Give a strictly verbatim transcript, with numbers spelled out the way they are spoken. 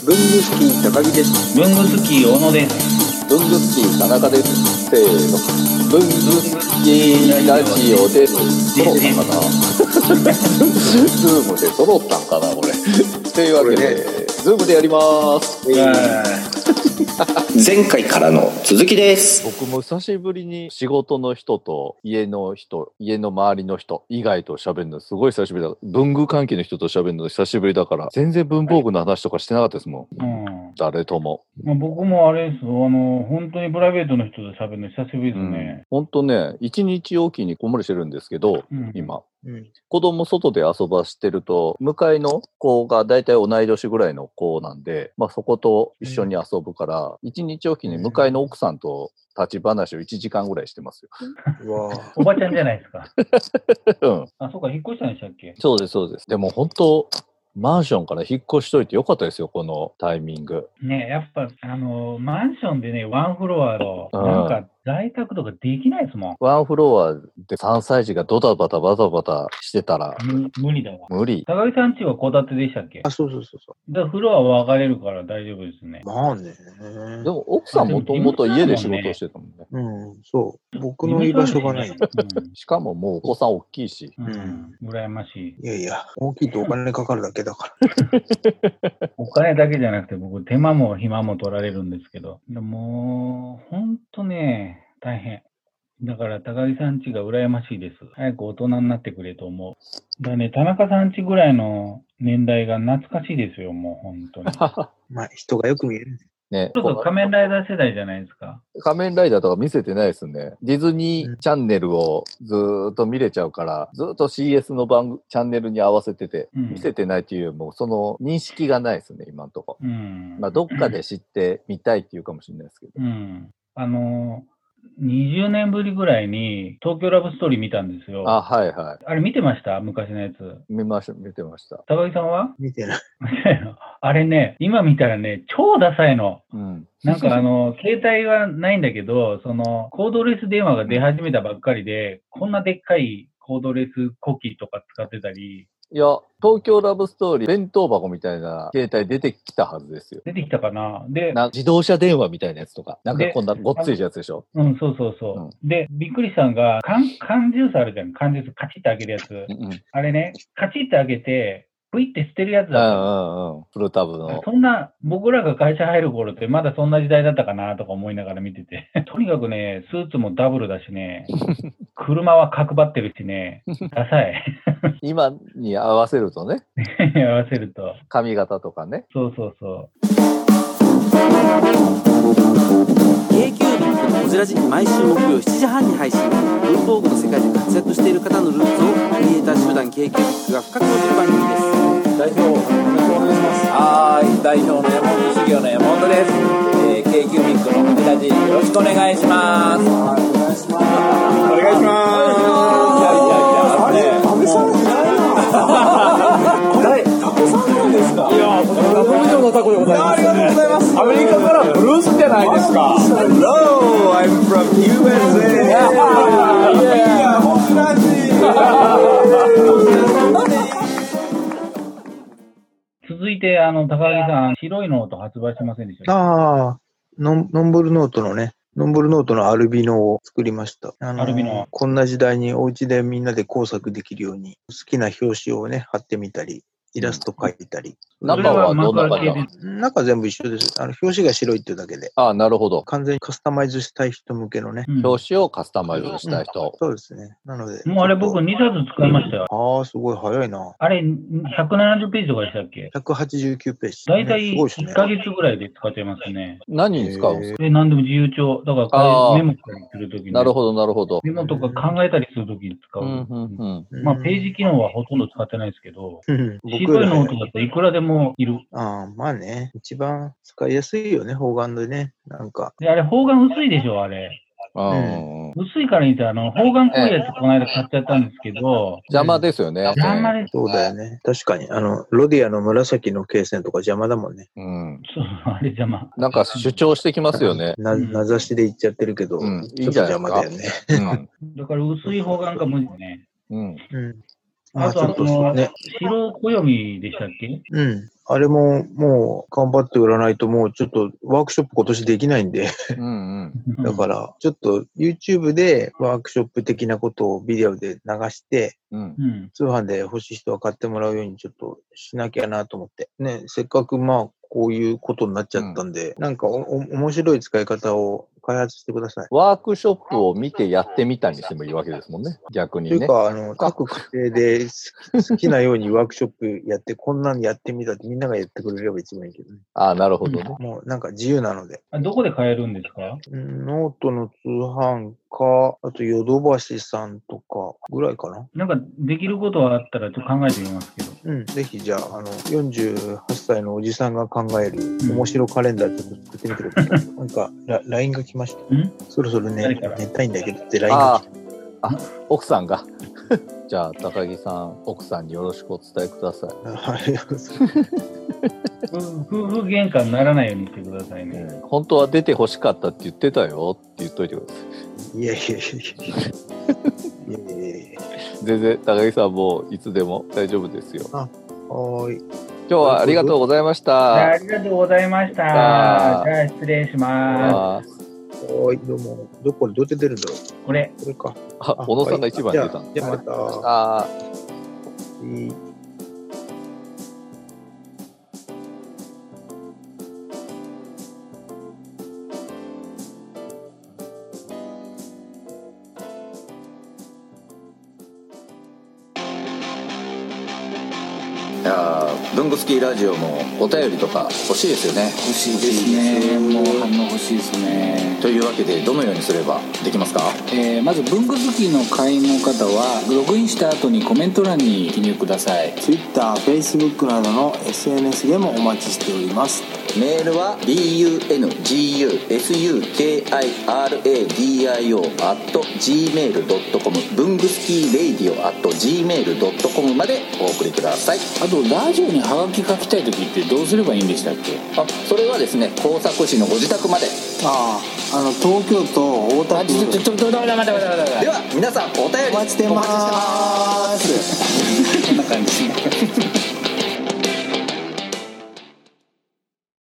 文具スキー高木です。 文具スキー小野です。 文具スキー田中です。せーの、文具スキーラジオです。揃ったかなズームで揃ったんかなこれというわけで、ね、ズームでやります。 前回からの続きです。 僕も久しぶりに仕事の人と家の人、家の周りの人以外と喋るのすごい久しぶりだ。文具関係の人と喋るの久しぶりだから全然文房具の話とかしてなかったですもん、うん、誰とも。 まあ、僕もあれです、あの本当にプライベートの人と喋るの久しぶりですね。 本当、うん、ね、一日おきにこもりしてるんですけど、うん、今、うん、子供外で遊ばしてると向かいの子がだいたい同い年ぐらいの子なんで、まあ、そこと一緒に遊ぶから一、うん、日おきに向かいの奥さんと立ち話をいちじかんぐらいしてますよ。 うわおばちゃんじゃないですか。うん。あ、そうか、引っ越したんでしたっけ？ そうです、そうです。でも本当マンションから引っ越しといてよかったですよ、このタイミング。 ね、やっぱ、あの、マンションでね、ワンフロアの、なんか、在宅とかできないですもん。 ワンフロアでさんさい児がドタバタバタバタしてたら。 無理だわ。 無理。 高木さん家は戸建てでしたっけ？ あ、そうそうそうそう。 だからフロアは分かれるから大丈夫ですね。 まあね。 でも奥さんもともと家で仕事してたもんね。 うん、そう。僕の居場所がない。うん、 しかももうお子さん大きいし。 うん。羨ましい。 いやいや、大きいとお金かかるだけだから。 お金だけじゃなくて僕手間も暇も取られるんですけど。でも、ほんとね、大変。だから高木さん家が羨ましいです。早く大人になってくれと思う。だね、田中さん家ぐらいの年代が懐かしいですよ、もう本当に。 まあ人がよく見える。 ね、ちょっと仮面ライダー世代じゃないですか。 仮面ライダーとか見せてないですね。ディズニーチャンネルをずーっと見れちゃうから、ずーっと シーエス の番チャンネルに合わせてて、うん、見せてないっていうよりも、その認識がないですね、今のところ。うん、まあ、どっかで知ってみたいっていうかもしれないですけど。 うん。あのー、にじゅうねんぶりぐらいに東京ラブストーリー見たんですよ。 あ、はいはい。 あれ見てました？昔のやつ。 見ました、見てました。 高木さんは？ 見てない。 あれね、今見たらね、超ダサいの。うん、なんかあの、携帯はないんだけど、その、コードレス電話が出始めたばっかりで、こんなでっかいコードレスコキとか使ってたり。 いや、東京ラブストーリー、弁当箱みたいな携帯出てきたはずですよ。 出てきたかな。で、 な自動車電話みたいなやつとか、なんかこんなごっついやつでしょ。 うん、そうそうそう。うん、で、びっくりしたのが、缶、缶ジュースあるじゃん。缶ジュースカチッと開けるやつ。うんうん、あれね、カチッと開けて、プイって捨てるやつだった。 うんうんうん。プルタブの。 そんな、僕らが会社入る頃ってまだそんな時代だったかなとか思いながら見てて。とにかくね、スーツもダブルだしね、車は角張ってるしね、ダサい。 今に合わせるとね。 合わせると。 髪型とかね。 そうそうそう。 k q b i c こじらじ毎週木曜しちじはんに配信。文房具の世界で活躍している方のルーツをクリエイター集団 k q b i c が深く落ちる番組です。 代表よろしくお願いします。はーい、代表の山本修行の山本です。えー、k q b i c のこじらじよろしくお願いします。はい、お願いします。お願いします。いやいやいや、あれ安倍さんいないな。誰？タコさんなんですか？いや、タコ以上のタコでございます、ね。ありがとうございます。アメリカからブルースじゃないですか。Hello, I'm from ユーエスエー。いや、もちらじ。 続いて、あの、高木さん、白いノート発売しませんでしたか？ ああ、ノン、ノンブルノートのね、ノンブルノートのアルビノを作りました。あのー、アルビノ。こんな時代にお家でみんなで工作できるように、好きな表紙をね、貼ってみたり、イラスト描いたり。 中はどんな感じ？ 中全部一緒です。あの、表紙が白いっていうだけで。 ああ、なるほど。 完全にカスタマイズしたい人向けのね。 うん、表紙をカスタマイズしたい人、 うん。そうですね。なので。 もうあれ僕にさつ使いましたよ。 ああ、すごい早いな。 あれ、ひゃくななじゅうページとかでしたっけ？ ひゃくはちじゅうきゅうページ。 だいたいいっかげつぐらいで使っちゃいますね。 何に使うんですか？ え、何でも自由帳。だからメモしたりするときに。 なるほど、なるほど。 メモとか考えたりするときに使う。うんうんうん、まあ、ページ機能はほとんど使ってないですけど、白いノートだといくらでもいる。 ああ、まあね。一番使いやすいよね、方眼でね。なんか。 で、あれ、方眼薄いでしょ、あれ。うん、薄いからいいんですよ。あの、方眼濃いやつこの間買っちゃったんですけど。 邪魔ですよね。 邪魔です。 そうだよね。確かに。あの、ロディアの紫の罫線とか邪魔だもんね。 うん。 そう、あれ邪魔。 なんか主張してきますよね。 な、名指しで言っちゃってるけど、うん、ちょっと邪魔だよね。 うん。だから薄い方眼が無理ね。 うん。 うん。 あと、あの、ね、白暦でしたっけ？ うん。あれも、もう、頑張って売らないと、もうちょっと、ワークショップ今年できないんで。うんうん。だから、ちょっと、YouTube でワークショップ的なことをビデオで流して、うん、通販で欲しい人は買ってもらうようにちょっとしなきゃなと思って。ね、せっかくまあ、こういうことになっちゃったんで、うん、なんかおお面白い使い方を開発してください。 ワークショップを見てやってみたにしてもいいわけですもんね。逆にね。 というか、あの、各家庭で好きなようにワークショップやって、こんなのやってみたってみんながやってくれれば一番いいけどね。 ああ、なるほどね、 うん。もうなんか自由なので。 どこで買えるんですか？ ノートの通販か、あとヨドバシさんとかぐらいかな。 なんかできることはあったらちょっと考えてみますけど。 うん、ぜひじゃあ、あの、よんじゅうはっさいのおじさんが考える面白カレンダーちょっと作ってみてください。うん、なんか、ライン が来ました。んそろそろね、寝たいんだけどって ライン が来た。あ、奥さんが。じゃあ、高木さん、奥さんによろしくお伝えください。はい。 夫婦喧嘩にならないようにしてくださいね。 うん、本当は出て欲しかったって言ってたよって言っといてください。いやいやいやいやいやいや全然、高木さんもいつでも大丈夫ですよ。 あ、はい。 今日はありがとうございました。 ありがとうございました。じゃあ、失礼します。 はい、どうも。どこでどうやって出るんだろう。 これ。 これか。 あ、小野さんが一番出たんですね。じゃあ、また。 あいいいや文具スキーラジオもお便りとか欲しいですよね。 欲しいですね。もう反応欲しいですね。 というわけでどのようにすればできますか？ えー、まず文具好きの会員の方はログインした後にコメント欄に記入ください。 Twitter、Facebook などの エスエヌエス でもお待ちしております。 メールは ビーユーエヌジーユーエスユーケーアイアールエーディーアイオー アット ジーメールドットコム 文具スキーレイディオ アット ジーメールドットコム までお送りください。 あとラジオにハガキ書きたい時ってどうすればいいんでしたっけ？ あ、それはですね、工作士のご自宅まで。 ああ、あの東京都大田区。 ちょちょちょちょ待て待て待て待て。 では皆さんお便りお待ちしてます。 こんな感じ。